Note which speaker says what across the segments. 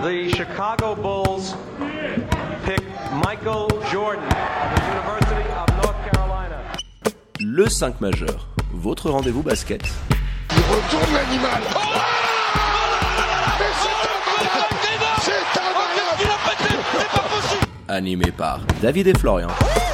Speaker 1: The Chicago Bulls pick Michael Jordan of the University of North Carolina.
Speaker 2: Le 5 majeur, votre rendez-vous basket.
Speaker 3: Il retourne l'animal. Oh c'est incroyable.
Speaker 2: Animé par David et Florian.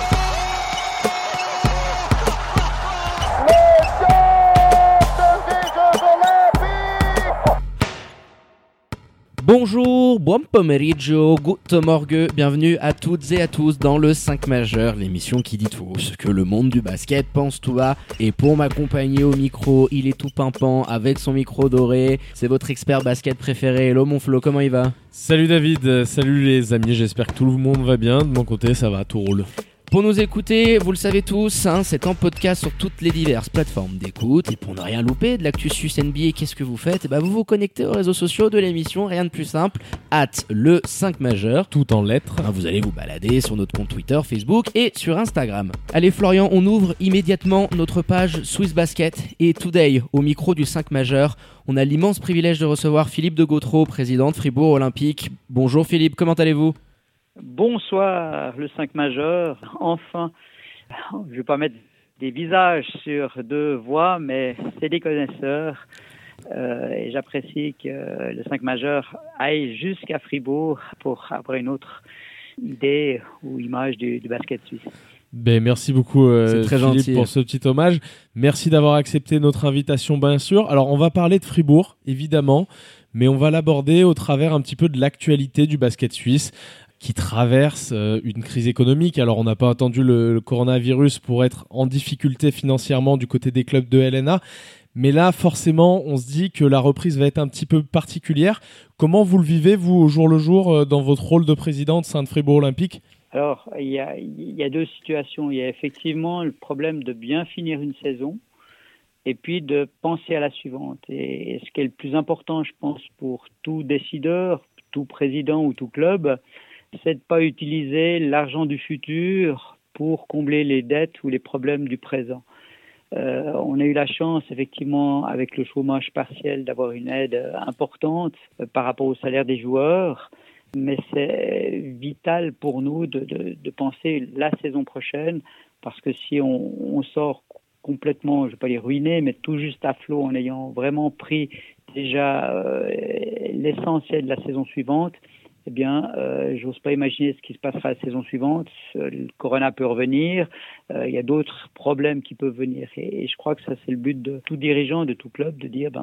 Speaker 4: Bonjour, buon pomeriggio, guten morgue, bienvenue à toutes et à tous dans le 5 majeur, l'émission qui dit tout ce que le monde du basket pense tout bas. Et pour m'accompagner au micro, il est tout pimpant avec son micro doré, c'est votre expert basket préféré. Hello mon Flo, comment il va ?
Speaker 5: Salut David, salut les amis, j'espère que tout le monde va bien, de mon côté ça va, tout roule.
Speaker 4: Pour nous écouter, vous le savez tous, c'est en podcast sur toutes les diverses plateformes d'écoute. Et pour ne rien louper de l'actu Suisse NBA, qu'est-ce que vous faites ? Vous vous connectez aux réseaux sociaux de l'émission, rien de plus simple, le 5 majeur.
Speaker 5: Tout en lettres.
Speaker 4: Vous allez vous balader sur notre compte Twitter, Facebook et sur Instagram. Allez Florian, on ouvre immédiatement notre page Swiss Basket. Et today, au micro du 5 majeur, on a l'immense privilège de recevoir Philippe de Gautreau, président de Fribourg Olympique. Bonjour Philippe, comment allez-vous ?
Speaker 6: Bonsoir, le 5 majeur. Enfin, je ne vais pas mettre des visages sur deux voix, mais c'est des connaisseurs. Et j'apprécie que le 5 majeur aille jusqu'à Fribourg pour avoir une autre idée ou image du basket suisse.
Speaker 5: Merci beaucoup
Speaker 4: c'est très
Speaker 5: Philippe
Speaker 4: gentil
Speaker 5: pour ce petit hommage. Merci d'avoir accepté notre invitation bien sûr. Alors on va parler de Fribourg évidemment, mais on va l'aborder au travers un petit peu de l'actualité du basket suisse qui traverse une crise économique. Alors on n'a pas attendu le coronavirus pour être en difficulté financièrement du côté des clubs de LNA, mais là forcément on se dit que la reprise va être un petit peu particulière. Comment vous le vivez vous au jour le jour dans votre rôle de président de Saint-Fribourg Olympique ?
Speaker 6: Alors il y a deux situations. Il y a effectivement le problème de bien finir une saison et puis de penser à la suivante. Et ce qui est le plus important, je pense, pour tout décideur, tout président ou tout club, c'est de ne pas utiliser l'argent du futur pour combler les dettes ou les problèmes du présent. On a eu la chance, effectivement, avec le chômage partiel, d'avoir une aide importante par rapport au salaire des joueurs, mais c'est vital pour nous de penser la saison prochaine, parce que si on sort complètement, je ne vais pas dire ruiné, mais tout juste à flot en ayant vraiment pris déjà l'essentiel de la saison suivante, eh bien, j'ose pas imaginer ce qui se passera la saison suivante. Le corona peut revenir. Il y a d'autres problèmes qui peuvent venir. Et je crois que ça, c'est le but de tout dirigeant, de tout club, de dire,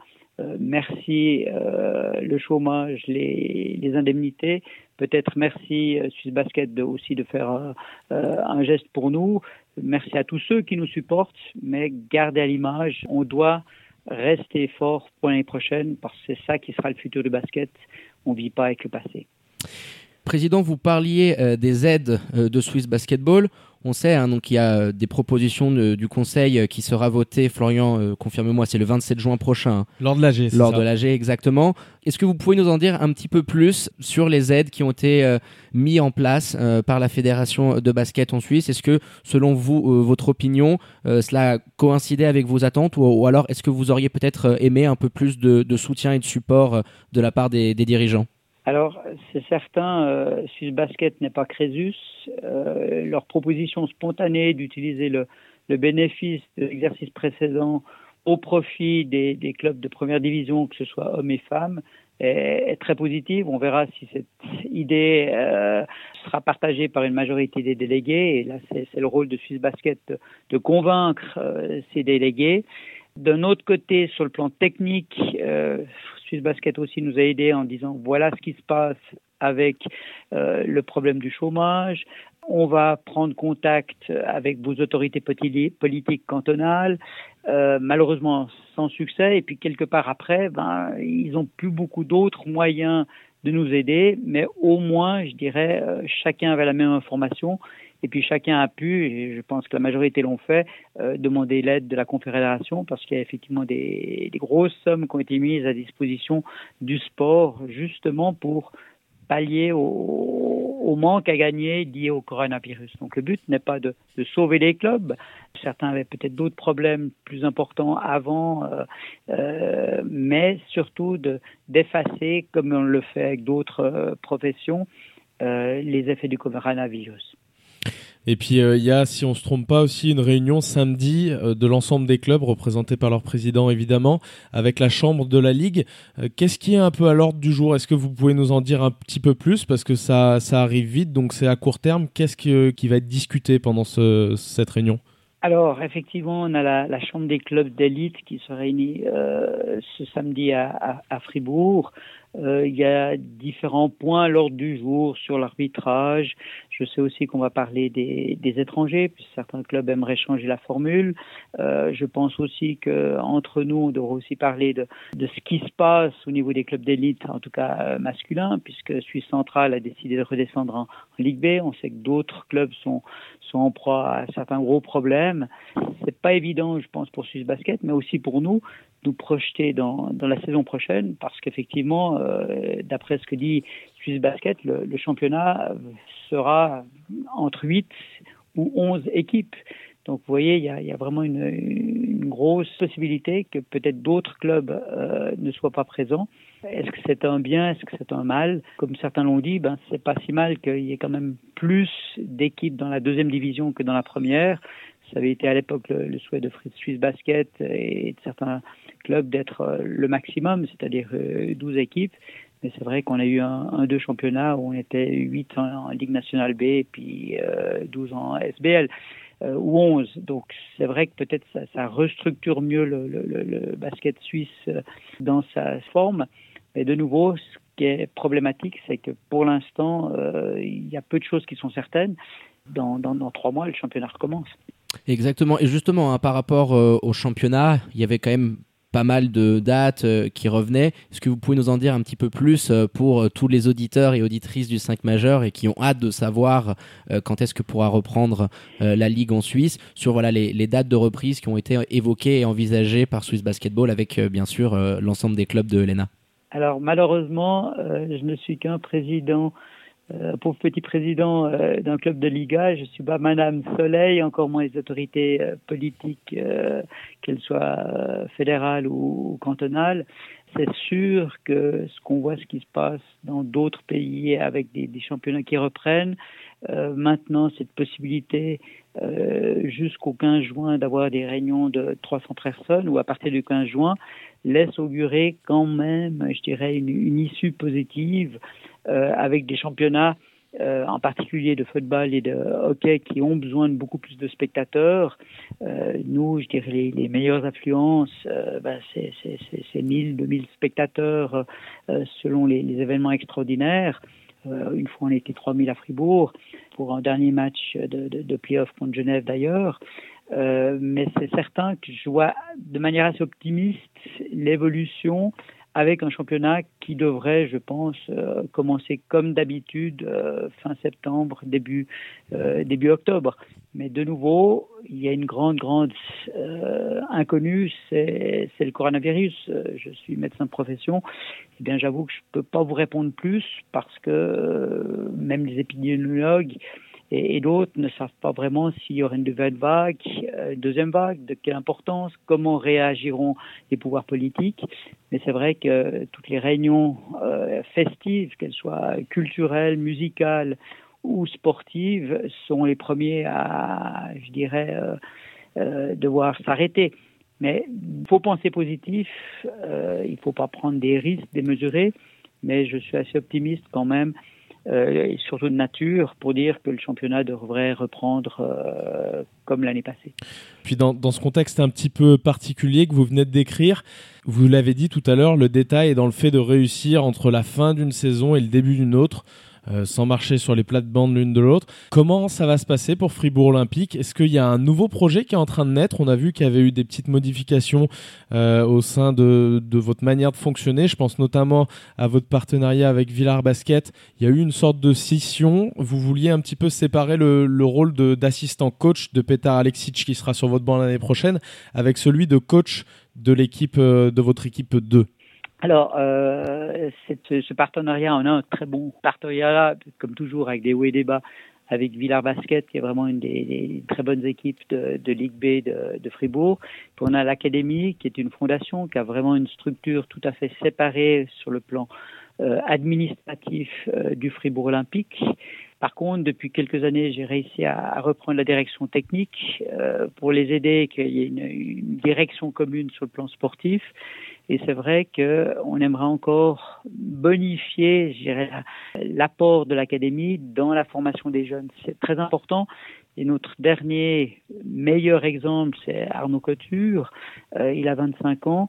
Speaker 6: merci le chômage, les indemnités. Peut-être merci Swiss Basket aussi de faire un geste pour nous. Merci à tous ceux qui nous supportent, mais gardez à l'image. On doit rester fort pour l'année prochaine parce que c'est ça qui sera le futur du basket. On ne vit pas avec le passé.
Speaker 4: Président, vous parliez des aides de Swiss Basketball. On sait donc il y a des propositions du Conseil qui sera votée. Florian, confirme-moi, c'est le 27 juin prochain.
Speaker 5: Lors de l'AG, c'est
Speaker 4: Lors
Speaker 5: ça.
Speaker 4: de l'AG, exactement. Est-ce que vous pouvez nous en dire un petit peu plus sur les aides qui ont été mises en place par la Fédération de basket en Suisse ? Est-ce que, selon vous, votre opinion, cela coïncidait avec vos attentes ou alors est-ce que vous auriez peut-être aimé un peu plus de soutien et de support de la part des dirigeants ?
Speaker 6: Alors, c'est certain, Swiss Basket n'est pas Crésus. Leur proposition spontanée d'utiliser le bénéfice de l'exercice précédent au profit des clubs de première division, que ce soit hommes et femmes, est très positive. On verra si cette idée sera partagée par une majorité des délégués. Et là, c'est le rôle de Swiss Basket de convaincre ces délégués. D'un autre côté, sur le plan technique, Swiss Basket aussi nous a aidés en disant voilà ce qui se passe avec le problème du chômage. On va prendre contact avec vos autorités politiques cantonales, malheureusement sans succès. Et puis quelque part après, ils n'ont plus beaucoup d'autres moyens de nous aider, mais au moins, je dirais, chacun avait la même information. Et puis chacun a pu, et je pense que la majorité l'ont fait, demander l'aide de la Confédération parce qu'il y a effectivement des grosses sommes qui ont été mises à disposition du sport justement pour pallier aux au manque à gagner lié au coronavirus. Donc le but n'est pas de sauver les clubs. Certains avaient peut-être d'autres problèmes plus importants avant, mais surtout d'effacer, comme on le fait avec d'autres professions, les effets du coronavirus.
Speaker 5: Et puis il y a, si on se trompe pas, aussi une réunion samedi de l'ensemble des clubs représentés par leur président évidemment, avec la chambre de la Ligue. Qu'est-ce qui est un peu à l'ordre du jour ? Est-ce que vous pouvez nous en dire un petit peu plus, parce que ça arrive vite, donc c'est à court terme. Qu'est-ce qui va être discuté pendant cette réunion ?
Speaker 6: Alors, effectivement, on a la chambre des clubs d'élite qui se réunit ce samedi à Fribourg. Il y a différents points à l'ordre du jour sur l'arbitrage. Je sais aussi qu'on va parler des étrangers, puisque certains clubs aimeraient changer la formule. Je pense aussi qu'entre nous, on devrait aussi parler de ce qui se passe au niveau des clubs d'élite, en tout cas masculins, puisque Suisse Centrale a décidé de redescendre en Ligue B. On sait que d'autres clubs sont en proie à certains gros problèmes. C'est pas évident, je pense, pour Suisse Basket, mais aussi pour nous projeter dans la saison prochaine, parce qu'effectivement, d'après ce que dit Suisse Basket, le championnat sera entre 8 ou 11 équipes. Donc vous voyez, il y a vraiment une grosse possibilité que peut-être d'autres clubs ne soient pas présents. Est-ce que c'est un bien, est-ce que c'est un mal ? Comme certains l'ont dit, c'est pas si mal qu'il y ait quand même plus d'équipes dans la deuxième division que dans la première. Ça avait été à l'époque le souhait de Suisse Basket et de certains clubs d'être le maximum, c'est-à-dire 12 équipes. Mais c'est vrai qu'on a eu deux championnats où on était 8 en Ligue nationale B et puis 12 en SBL. Ou 11. Donc c'est vrai que peut-être ça restructure mieux le basket suisse dans sa forme. Mais de nouveau, ce qui est problématique, c'est que pour l'instant, il y a peu de choses qui sont certaines. Dans 3 mois, le championnat recommence.
Speaker 4: Exactement. Et justement, par rapport au championnat, il y avait quand même pas mal de dates qui revenaient. Est-ce que vous pouvez nous en dire un petit peu plus pour tous les auditeurs et auditrices du 5 majeur et qui ont hâte de savoir quand est-ce que pourra reprendre la Ligue en Suisse, sur les dates de reprise qui ont été évoquées et envisagées par Swiss Basketball avec bien sûr l'ensemble des clubs de l'ENA?
Speaker 6: Alors malheureusement, je ne suis qu'un président, pauvre petit président d'un club de Liga. Je ne suis pas Madame Soleil, encore moins les autorités politiques, qu'elles soient fédérales ou cantonales. C'est sûr que ce qui se passe dans d'autres pays avec des championnats qui reprennent, maintenant cette possibilité jusqu'au 15 juin d'avoir des réunions de 300 personnes ou à partir du 15 juin laisse augurer quand même, je dirais, une issue positive avec des championnats en particulier de football et de hockey qui ont besoin de beaucoup plus de spectateurs. Nous, je dirais, les meilleures affluences, c'est 1000, 2000 spectateurs selon les événements extraordinaires. Une fois, on était 3000 à Fribourg pour un dernier match de play-off contre Genève d'ailleurs. Mais c'est certain que je vois de manière assez optimiste l'évolution avec un championnat qui devrait, je pense, commencer comme d'habitude fin septembre, début octobre. Mais de nouveau, il y a une grande inconnue, c'est le coronavirus. Je suis médecin de profession. Eh bien, j'avoue que je peux pas vous répondre plus parce que même les épidémiologues et d'autres ne savent pas vraiment s'il y aura une nouvelle vague, deuxième vague, de quelle importance, comment réagiront les pouvoirs politiques. Mais c'est vrai que toutes les réunions festives, qu'elles soient culturelles, musicales ou sportives, sont les premiers à, je dirais, devoir s'arrêter. Mais il faut penser positif, il ne faut pas prendre des risques démesurés, mais je suis assez optimiste quand même, et surtout de nature, pour dire que le championnat devrait reprendre comme l'année passée.
Speaker 5: Puis dans ce contexte un petit peu particulier que vous venez de décrire, vous l'avez dit tout à l'heure, le détail est dans le fait de réussir entre la fin d'une saison et le début d'une autre, sans marcher sur les plates-bandes l'une de l'autre. Comment ça va se passer pour Fribourg Olympique ? Est-ce qu'il y a un nouveau projet qui est en train de naître ? On a vu qu'il y avait eu des petites modifications au sein de votre manière de fonctionner. Je pense notamment à votre partenariat avec Villars Basket. Il y a eu une sorte de scission. Vous vouliez un petit peu séparer le rôle d'assistant coach de Petar Aleksic, qui sera sur votre banc l'année prochaine, avec celui de coach de l'équipe de votre équipe 2.
Speaker 6: Alors, ce partenariat, on a un très bon partenariat, comme toujours, avec des hauts et des bas, avec Villars Basket, qui est vraiment une des très bonnes équipes de Ligue B de Fribourg. Puis on a l'Académie, qui est une fondation, qui a vraiment une structure tout à fait séparée sur le plan administratif du Fribourg Olympique. Par contre, depuis quelques années, j'ai réussi à reprendre la direction technique pour les aider, qu'il y ait une direction commune sur le plan sportif. Et c'est vrai qu'on aimerait encore bonifier, je dirais, l'apport de l'académie dans la formation des jeunes. C'est très important. Et notre dernier meilleur exemple, c'est Arnaud Couture. Il a 25 ans.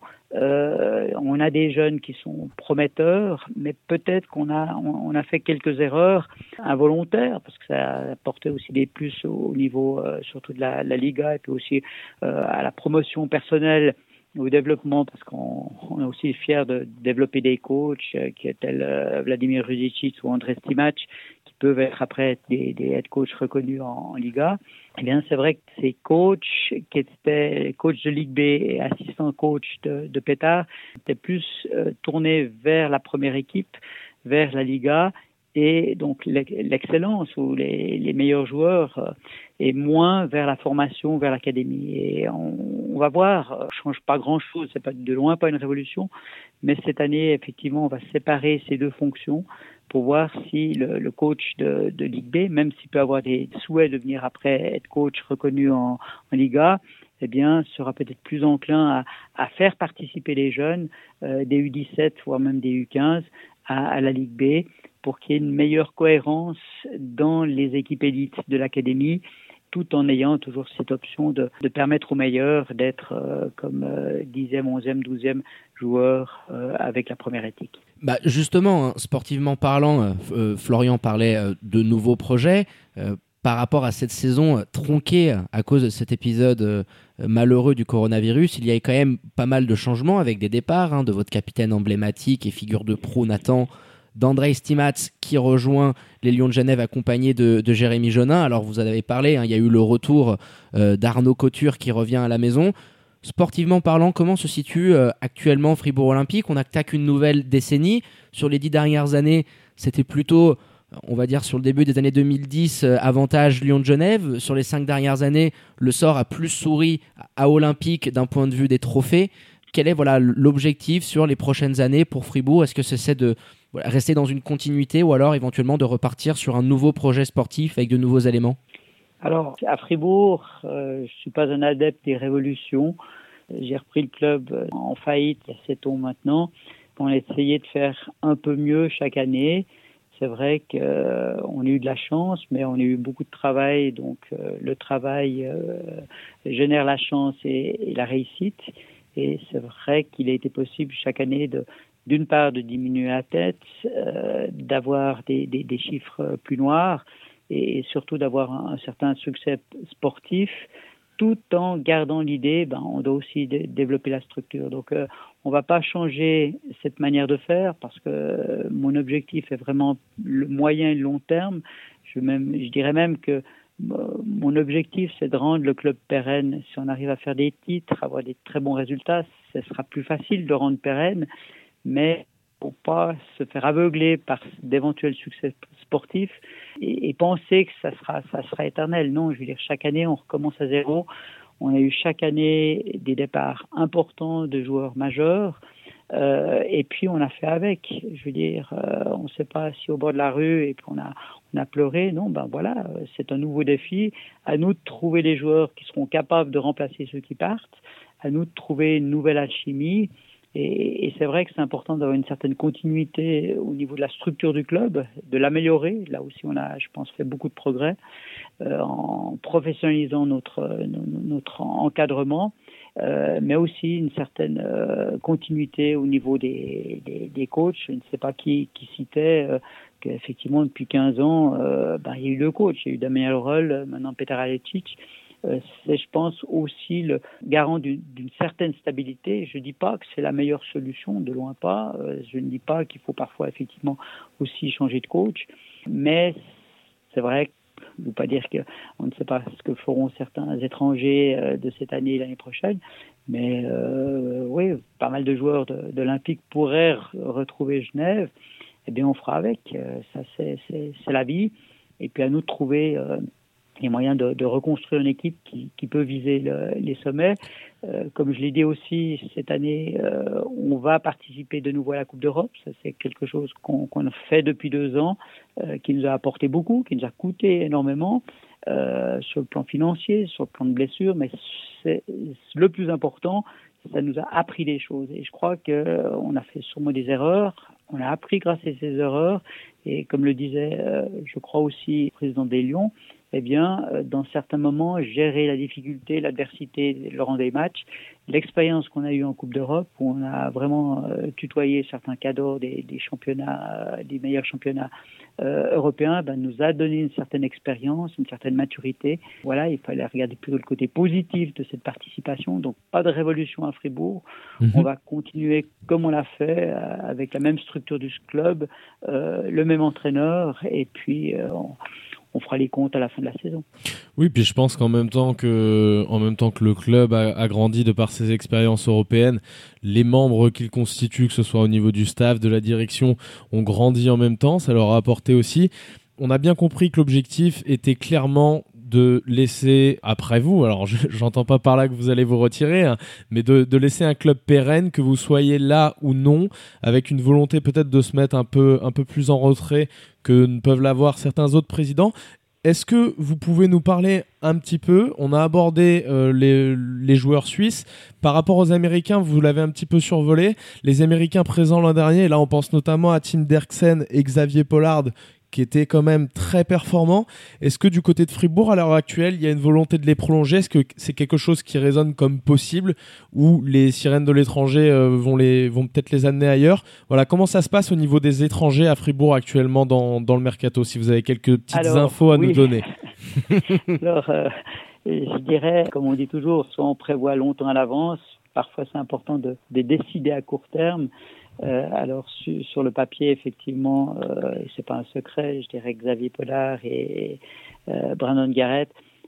Speaker 6: On a des jeunes qui sont prometteurs, mais peut-être qu'on a fait quelques erreurs involontaires, parce que ça apportait aussi des plus au niveau surtout de la Liga, et puis aussi à la promotion personnelle, au développement, parce qu'on est aussi fiers de développer des coachs qui tels Vladimir Rudicic ou André Stimac, qui peuvent être après des head coachs reconnus en Liga. Eh bien, c'est vrai que ces coachs qui étaient coachs de Ligue B et assistants coach de Pétard étaient plus tournés vers la première équipe, vers la Liga, et donc l'excellence ou les meilleurs joueurs et moins vers la formation, vers l'académie. Et on va voir, change pas grand-chose, c'est pas de loin pas une révolution, mais cette année effectivement on va séparer ces deux fonctions pour voir si le coach de Ligue B, même s'il peut avoir des souhaits de venir après être coach reconnu en Liga, eh bien, sera peut-être plus enclin à faire participer les jeunes des U17 voire même des U15 à la Ligue B, pour qu'il y ait une meilleure cohérence dans les équipes élites de l'académie, tout en ayant toujours cette option de permettre aux meilleurs d'être comme 10e, 11e, 12e joueur avec la première éthique.
Speaker 4: Bah justement, sportivement parlant, Florian parlait de nouveaux projets. Par rapport à cette saison tronquée à cause de cet épisode malheureux du coronavirus, il y a quand même pas mal de changements avec des départs de votre capitaine emblématique et figure de pro Nathan, d'André Stimac qui rejoint les Lions de Genève accompagné de Jérémy Jonin. Alors vous en avez parlé, il y a eu le retour d'Arnaud Couture qui revient à la maison. Sportivement parlant, comment se situe actuellement Fribourg Olympique ? On attaque une nouvelle décennie. Sur les 10 dernières années, c'était plutôt, on va dire sur le début des années 2010, avantage Lyon de Genève. Sur les 5 dernières années, le sort a plus souri à Olympique d'un point de vue des trophées. Quel est l'objectif sur les prochaines années pour Fribourg ? Est-ce que c'est de rester dans une continuité ou alors éventuellement de repartir sur un nouveau projet sportif avec de nouveaux éléments ?
Speaker 6: Alors, à Fribourg, je ne suis pas un adepte des révolutions. J'ai repris le club en faillite il y a 7 ans maintenant. On a essayé de faire un peu mieux chaque année. C'est vrai qu'on a eu de la chance, mais on a eu beaucoup de travail. Donc, le travail génère la chance et la réussite. Et c'est vrai qu'il a été possible chaque année d'une part de diminuer la tête, d'avoir des chiffres plus noirs et surtout d'avoir un certain succès sportif, tout en gardant l'idée, on doit aussi développer la structure. Donc, on va pas changer cette manière de faire parce que mon objectif est vraiment le moyen et le long terme. Je dirais même que mon objectif, c'est de rendre le club pérenne. Si on arrive à faire des titres, avoir des très bons résultats, ce sera plus facile de rendre pérenne, mais pour pas se faire aveugler par d'éventuels succès sportifs et penser que ça sera éternel. Non, je veux dire, chaque année, on recommence à zéro. On a eu chaque année des départs importants de joueurs majeurs. Et puis on a fait avec. Je veux dire, on ne s'est pas assis au bord de la rue et puis on a pleuré. Non, voilà, c'est un nouveau défi. À nous de trouver les joueurs qui seront capables de remplacer ceux qui partent. À nous de trouver une nouvelle alchimie. Et c'est vrai que c'est important d'avoir une certaine continuité au niveau de la structure du club, de l'améliorer. Là aussi, on a, je pense, fait beaucoup de progrès en professionnalisant notre encadrement. Mais aussi une certaine continuité au niveau des coachs. Je ne sais pas qui citait qu'effectivement depuis 15 ans, il y a eu le coach, il y a eu Damien Leroll, maintenant Petar Alecic. C'est, je pense, aussi le garant d'une certaine stabilité. Je ne dis pas que c'est la meilleure solution, de loin pas. Je ne dis pas qu'il faut parfois effectivement aussi changer de coach, mais c'est vrai que je ne veux pas dire qu'on ne sait pas ce que feront certains étrangers de cette année et l'année prochaine, Mais oui, pas mal de joueurs de l'Olympique pourraient retrouver Genève. Eh bien, on fera avec. Ça, c'est la vie. Et puis à nous de trouver les moyens de reconstruire une équipe qui peut viser les sommets. Comme je l'ai dit aussi, cette année, on va participer de nouveau à la Coupe d'Europe. Ça, c'est quelque chose qu'on fait depuis 2 ans, qui nous a apporté beaucoup, qui nous a coûté énormément sur le plan financier, sur le plan de blessures. Mais c'est le plus important, ça nous a appris des choses. Et je crois qu'on a fait sûrement des erreurs. On a appris grâce à ces erreurs. Et comme le disait, je crois aussi, le président des Lions, eh bien, dans certains moments, gérer la difficulté, l'adversité lors des matchs, l'expérience qu'on a eue en Coupe d'Europe, où on a vraiment tutoyé certains cadors des championnats, des meilleurs championnats européens, nous a donné une certaine expérience, une certaine maturité. Voilà, il fallait regarder plutôt le côté positif de cette participation. Donc, pas de révolution à Fribourg. On va continuer comme on l'a fait, avec la même structure du club, le même entraîneur, et puis on fera les comptes à la fin de la saison.
Speaker 5: Oui, puis je pense qu'en même temps que le club a grandi de par ses expériences européennes, les membres qu'il constitue, que ce soit au niveau du staff, de la direction, ont grandi en même temps. Ça leur a apporté aussi. On a bien compris que l'objectif était clairement de laisser, après vous, alors j'entends pas par là que vous allez vous retirer, hein, mais de laisser un club pérenne, que vous soyez là ou non, avec une volonté peut-être de se mettre un peu plus en retrait que ne peuvent l'avoir certains autres présidents. Est-ce que vous pouvez nous parler un petit peu? On a abordé les joueurs suisses. Par rapport aux Américains, vous l'avez un petit peu survolé. Les Américains présents l'an dernier, là on pense notamment à Tim Derksen et Xavier Pollard, qui étaient quand même très performants. Est-ce que du côté de Fribourg, à l'heure actuelle, il y a une volonté de les prolonger? Est-ce que c'est quelque chose qui résonne comme possible, ou les sirènes de l'étranger vont peut-être les amener ailleurs? Voilà, comment ça se passe au niveau des étrangers à Fribourg actuellement dans le mercato, si vous avez quelques petites infos à nous donner?
Speaker 6: Alors, je dirais, comme on dit toujours, soit on prévoit longtemps à l'avance, parfois c'est important de décider à court terme. Alors sur le papier, effectivement, c'est pas un secret, je dirais que Xavier Pollard et Brandon Garrett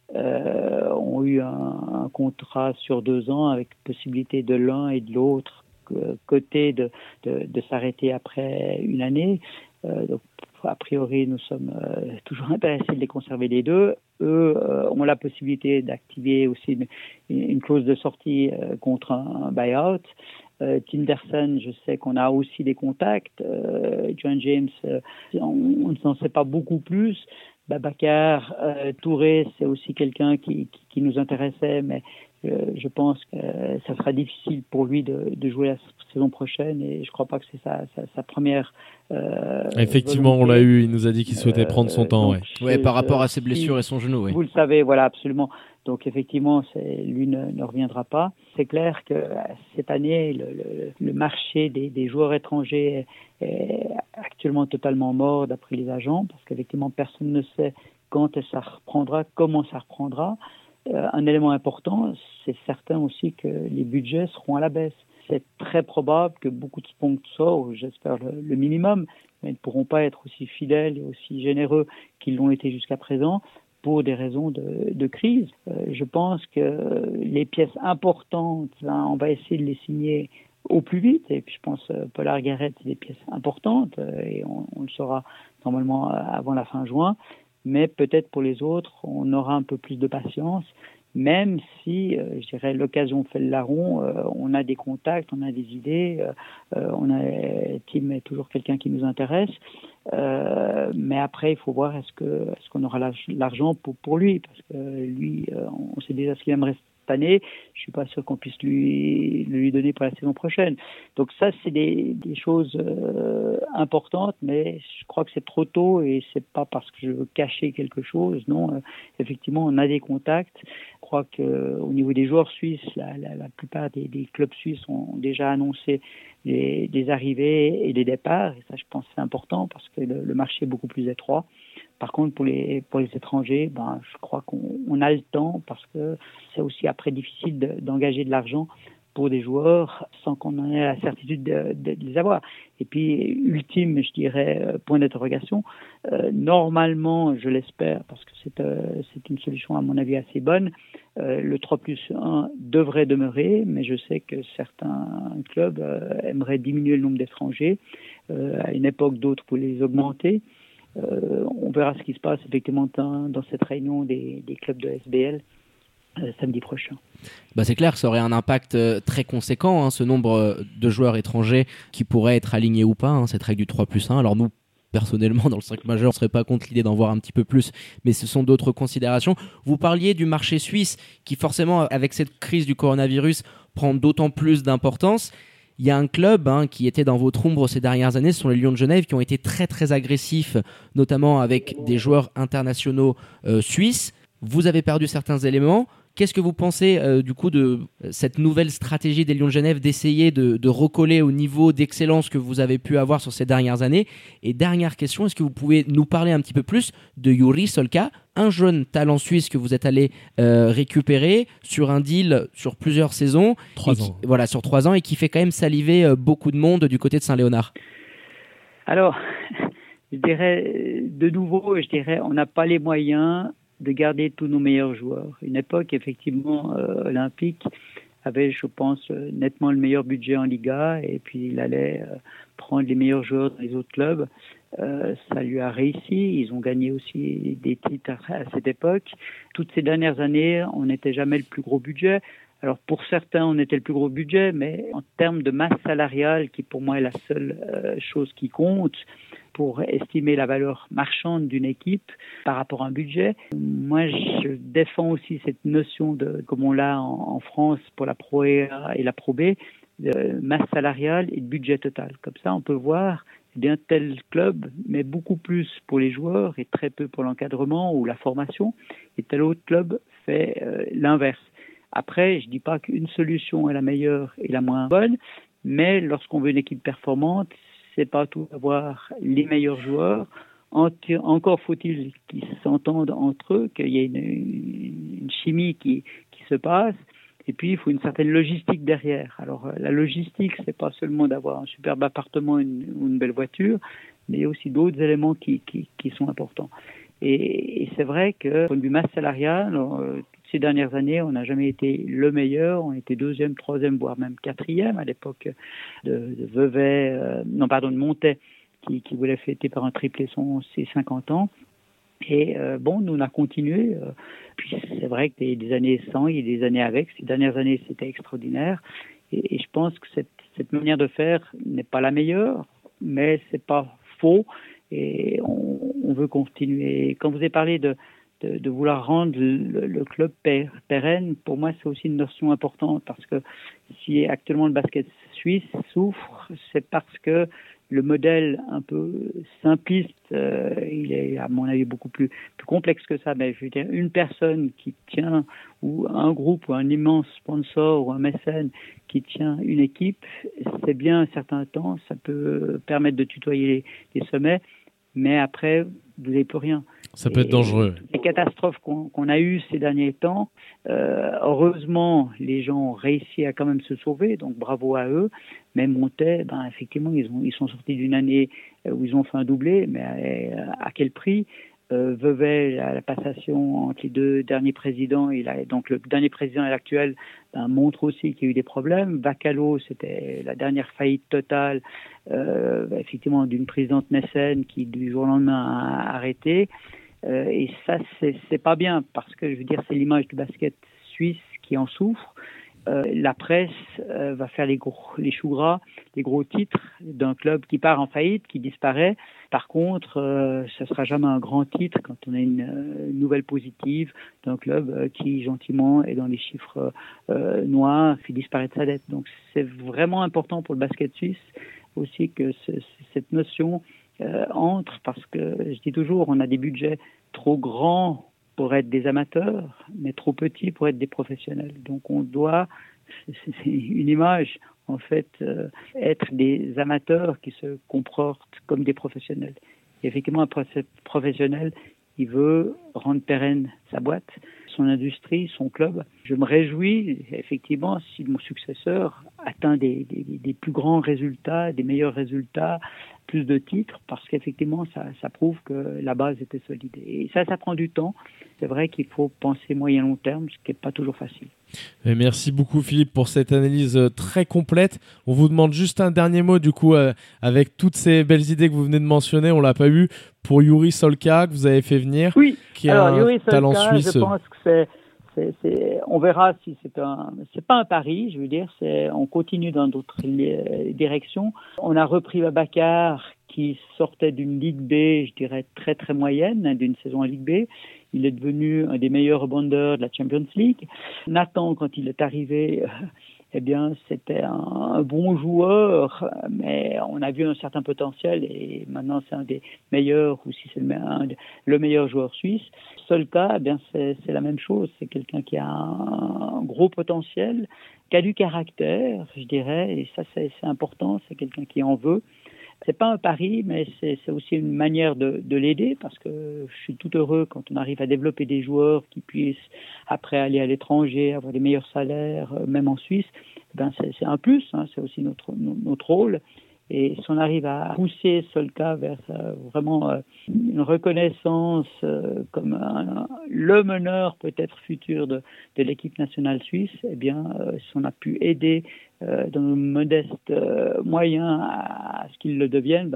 Speaker 6: ont eu un contrat sur 2 ans avec possibilité de l'un et de l'autre côté de s'arrêter après une année. Donc, a priori, nous sommes toujours intéressés de les conserver les deux. Eux ont la possibilité d'activer aussi une clause de sortie contre un buy-out. Tim Derksen, je sais qu'on a aussi des contacts. John James, on ne s'en sait pas beaucoup plus. Babacar Touré, c'est aussi quelqu'un qui nous intéressait, mais je pense que ça sera difficile pour lui de jouer la saison prochaine, et je ne crois pas que c'est sa première
Speaker 5: effectivement, volonté. On l'a eu, il nous a dit qu'il souhaitait prendre son temps.
Speaker 4: Ouais, par rapport à ses blessures et son genou. Oui.
Speaker 6: Vous le savez, voilà, absolument. Donc effectivement, lui ne reviendra pas. C'est clair que cette année, le marché des joueurs étrangers est actuellement totalement mort d'après les agents, parce qu'effectivement, personne ne sait quand ça reprendra, comment ça reprendra. Un élément important, c'est certain aussi que les budgets seront à la baisse. C'est très probable que beaucoup de sponsors, j'espère le minimum, mais ne pourront pas être aussi fidèles et aussi généreux qu'ils l'ont été jusqu'à présent pour des raisons de crise. Je pense que les pièces importantes, on va essayer de les signer au plus vite. Et puis je pense Pollard Garrett, c'est des pièces importantes et on le saura normalement avant la fin juin. Mais peut-être pour les autres, on aura un peu plus de patience, même si, je dirais, l'occasion fait le larron, on a des contacts, on a des idées, Tim est toujours quelqu'un qui nous intéresse, mais après, il faut voir est-ce qu'on aura l'argent pour lui, parce que lui, on sait déjà ce qu'il aimerait cette année, je suis pas sûr qu'on puisse lui donner pour la saison prochaine. Donc ça, c'est des choses importantes, mais je crois que c'est trop tôt, et c'est pas parce que je veux cacher quelque chose. Non, effectivement, on a des contacts. Je crois que au niveau des joueurs suisses, la plupart des clubs suisses ont déjà annoncé des arrivées et des départs, et ça, je pense que c'est important parce que le marché est beaucoup plus étroit. Par contre, pour les étrangers, je crois qu'on a le temps, parce que c'est aussi après difficile d'engager de l'argent pour des joueurs sans qu'on en ait la certitude de les avoir. Et puis, ultime, je dirais, point d'interrogation, normalement, je l'espère, parce que c'est une solution à mon avis assez bonne, le 3+1 devrait demeurer, mais je sais que certains clubs aimeraient diminuer le nombre d'étrangers. À une époque, d'autres pour les augmenter. On verra ce qui se passe effectivement dans cette réunion des clubs de SBL samedi prochain.
Speaker 4: C'est clair que ça aurait un impact très conséquent, ce nombre de joueurs étrangers qui pourraient être alignés ou pas, cette règle du 3+1. Alors nous, personnellement, dans le 5 majeur, on ne serait pas contre l'idée d'en voir un petit peu plus, mais ce sont d'autres considérations. Vous parliez du marché suisse qui forcément, avec cette crise du coronavirus, prend d'autant plus d'importance. Il y a un club qui était dans votre ombre ces dernières années, ce sont les Lions de Genève, qui ont été très très agressifs, notamment avec des joueurs internationaux suisses. Vous avez perdu certains éléments. Qu'est-ce que vous pensez du coup de cette nouvelle stratégie des Lions de Genève d'essayer de recoller au niveau d'excellence que vous avez pu avoir sur ces dernières années? Et dernière question, est-ce que vous pouvez nous parler un petit peu plus de Juri Solka, un jeune talent suisse que vous êtes allé récupérer sur un deal sur plusieurs saisons,
Speaker 5: 3 ans.
Speaker 4: Voilà, sur 3 ans, et qui fait quand même saliver beaucoup de monde du côté de Saint-Léonard?
Speaker 6: Alors, je dirais, on n'a pas les moyens de garder tous nos meilleurs joueurs. Une époque, effectivement, olympique avait, je pense, nettement le meilleur budget en Liga, et puis il allait prendre les meilleurs joueurs dans les autres clubs. Ça lui a réussi. Ils ont gagné aussi des titres à cette époque. Toutes ces dernières années, on n'était jamais le plus gros budget. Alors pour certains, on était le plus gros budget, mais en termes de masse salariale, qui pour moi est la seule chose qui compte pour estimer la valeur marchande d'une équipe par rapport à un budget, moi je défends aussi cette notion de, comme on l'a en France pour la Pro A et la Pro B, de masse salariale et de budget total. Comme ça, on peut voir bien tel club met beaucoup plus pour les joueurs et très peu pour l'encadrement ou la formation, et tel autre club fait l'inverse. Après, je dis pas qu'une solution est la meilleure et la moins bonne, mais lorsqu'on veut une équipe performante, c'est pas tout avoir les meilleurs joueurs. Encore faut-il qu'ils s'entendent entre eux, qu'il y ait une chimie qui se passe. Et puis, il faut une certaine logistique derrière. Alors, la logistique, c'est pas seulement d'avoir un superbe appartement ou une belle voiture, mais il y a aussi d'autres éléments qui sont importants. Et c'est vrai que, point de vue masse salariale, ces dernières années, on n'a jamais été le meilleur. On était 2e, 3e, voire même 4e à l'époque de de Montet, qui voulait fêter par un triplé ses 50 ans. Et nous, on a continué. Puis c'est vrai que des années sans, il y a des années avec. Ces dernières années, c'était extraordinaire. Et je pense que cette manière de faire n'est pas la meilleure, mais c'est pas faux. Et on veut continuer. Quand vous avez parlé de vouloir rendre le club pérenne, pour moi, c'est aussi une notion importante, parce que si actuellement le basket suisse souffre, c'est parce que le modèle un peu simpliste, il est à mon avis beaucoup plus complexe que ça. Mais je veux dire, une personne qui tient, ou un groupe, ou un immense sponsor, ou un mécène qui tient une équipe, c'est bien un certain temps, ça peut permettre de tutoyer les sommets, mais après, vous n'avez plus rien.
Speaker 5: Ça peut être dangereux.
Speaker 6: Les catastrophes qu'on a eues ces derniers temps, heureusement, les gens ont réussi à quand même se sauver, donc bravo à eux. Mais Montet, effectivement, ils sont sortis d'une année où ils ont fait un doublé, mais à quel prix? Vevey, la passation entre les deux derniers présidents, donc le dernier président et l'actuel montre aussi qu'il y a eu des problèmes. Bacalo, c'était la dernière faillite totale, effectivement, d'une présidente mécène qui du jour au lendemain a arrêté. Et ça, c'est pas bien, parce que je veux dire, c'est l'image du basket suisse qui en souffre. La presse va faire les choux gras, les gros titres d'un club qui part en faillite, qui disparaît. Par contre, ça sera jamais un grand titre quand on a une nouvelle positive d'un club qui gentiment est dans les chiffres noirs, fait disparaître sa dette. Donc c'est vraiment important pour le basket suisse aussi que cette notion entre, parce que je dis toujours, on a des budgets trop grands pour être des amateurs, mais trop petits pour être des professionnels. Donc on doit, c'est une image, en fait, être des amateurs qui se comportent comme des professionnels. Et effectivement, un professionnel, il veut rendre pérenne sa boîte, son industrie, son club. Je me réjouis effectivement si mon successeur atteint des plus grands résultats, des meilleurs résultats, plus de titres, parce qu'effectivement ça prouve que la base était solide. Et ça prend du temps. C'est vrai qu'il faut penser moyen-long terme, ce qui n'est pas toujours facile.
Speaker 5: Et merci beaucoup Philippe pour cette analyse très complète. On vous demande juste un dernier mot du coup avec toutes ces belles idées que vous venez de mentionner, on l'a pas eu, pour Youri Solka que vous avez fait venir,
Speaker 6: oui.
Speaker 5: qui est
Speaker 6: Alors,
Speaker 5: un
Speaker 6: Youri Solka,
Speaker 5: talent suisse.
Speaker 6: Je pense que on verra si c'est pas un pari, je veux dire, on continue dans d'autres directions. On a repris Babacar qui sortait d'une Ligue B, je dirais très très moyenne, d'une saison en Ligue B. Il est devenu un des meilleurs rebondeurs de la Champions League. Nathan, quand il est arrivé, eh bien, c'était un bon joueur, mais on a vu un certain potentiel et maintenant c'est un des meilleurs, ou si c'est le meilleur joueur suisse. Solka, eh bien, c'est la même chose. C'est quelqu'un qui a un gros potentiel, qui a du caractère, je dirais, et ça c'est important. C'est quelqu'un qui en veut. C'est pas un pari, mais c'est aussi une manière de l'aider, parce que je suis tout heureux quand on arrive à développer des joueurs qui puissent après aller à l'étranger, avoir des meilleurs salaires, même en Suisse. Ben c'est un plus, hein, c'est aussi notre rôle. Et si on arrive à pousser Solka vers vraiment une reconnaissance comme le meneur peut-être futur de l'équipe nationale suisse, eh bien, si on a pu aider dans nos modestes moyens à ce qu'il le devienne,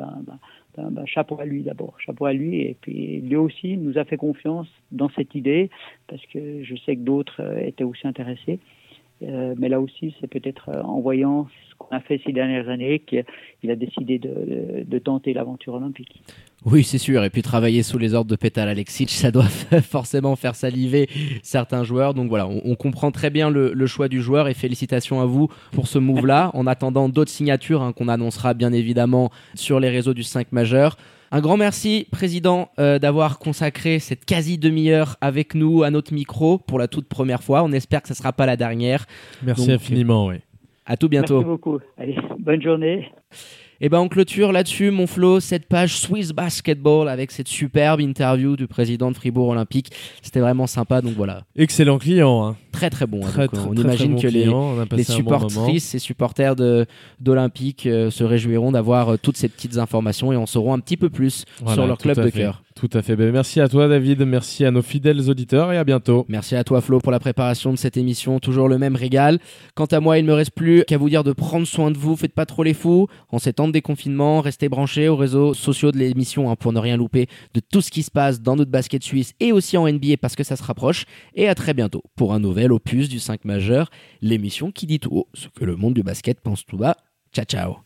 Speaker 6: chapeau à lui d'abord, chapeau à lui. Et puis lui aussi nous a fait confiance dans cette idée, parce que je sais que d'autres étaient aussi intéressés. Mais là aussi, c'est peut-être en voyant ce qu'on a fait ces dernières années qu'il a décidé de tenter l'aventure olympique.
Speaker 4: Oui, c'est sûr. Et puis travailler sous les ordres de Petar Aleksić, ça doit forcément faire saliver certains joueurs. Donc voilà, on comprend très bien le choix du joueur, et félicitations à vous pour ce move-là. En attendant d'autres signatures qu'on annoncera bien évidemment sur les réseaux du 5 majeur. Un grand merci, Président, d'avoir consacré cette quasi demi-heure avec nous à notre micro pour la toute première fois. On espère que ça ne sera pas la dernière.
Speaker 5: Merci
Speaker 4: Donc,
Speaker 5: infiniment, oui.
Speaker 4: À tout bientôt.
Speaker 6: Merci beaucoup. Allez, bonne journée.
Speaker 4: Et on clôture là-dessus, mon Flo, cette page Swiss Basketball avec cette superbe interview du président de Fribourg Olympique. C'était vraiment sympa, donc voilà.
Speaker 5: Excellent client, hein.
Speaker 4: Très très bon.
Speaker 5: Très,
Speaker 4: on imagine
Speaker 5: bon
Speaker 4: que
Speaker 5: client.
Speaker 4: les supportrices et supporters d'Olympique se réjouiront d'avoir toutes ces petites informations, et en sauront un petit peu plus sur leur club de cœur.
Speaker 5: Tout à fait. Merci à toi, David. Merci à nos fidèles auditeurs, et à bientôt.
Speaker 4: Merci à toi, Flo, pour la préparation de cette émission. Toujours le même régal. Quant à moi, il ne me reste plus qu'à vous dire de prendre soin de vous. Faites pas trop les fous. En ces temps de déconfinement, restez branchés aux réseaux sociaux de l'émission pour ne rien louper de tout ce qui se passe dans notre basket suisse et aussi en NBA, parce que ça se rapproche. Et à très bientôt pour un nouvel opus du 5 majeur, l'émission qui dit tout haut ce que le monde du basket pense tout bas. Ciao, ciao.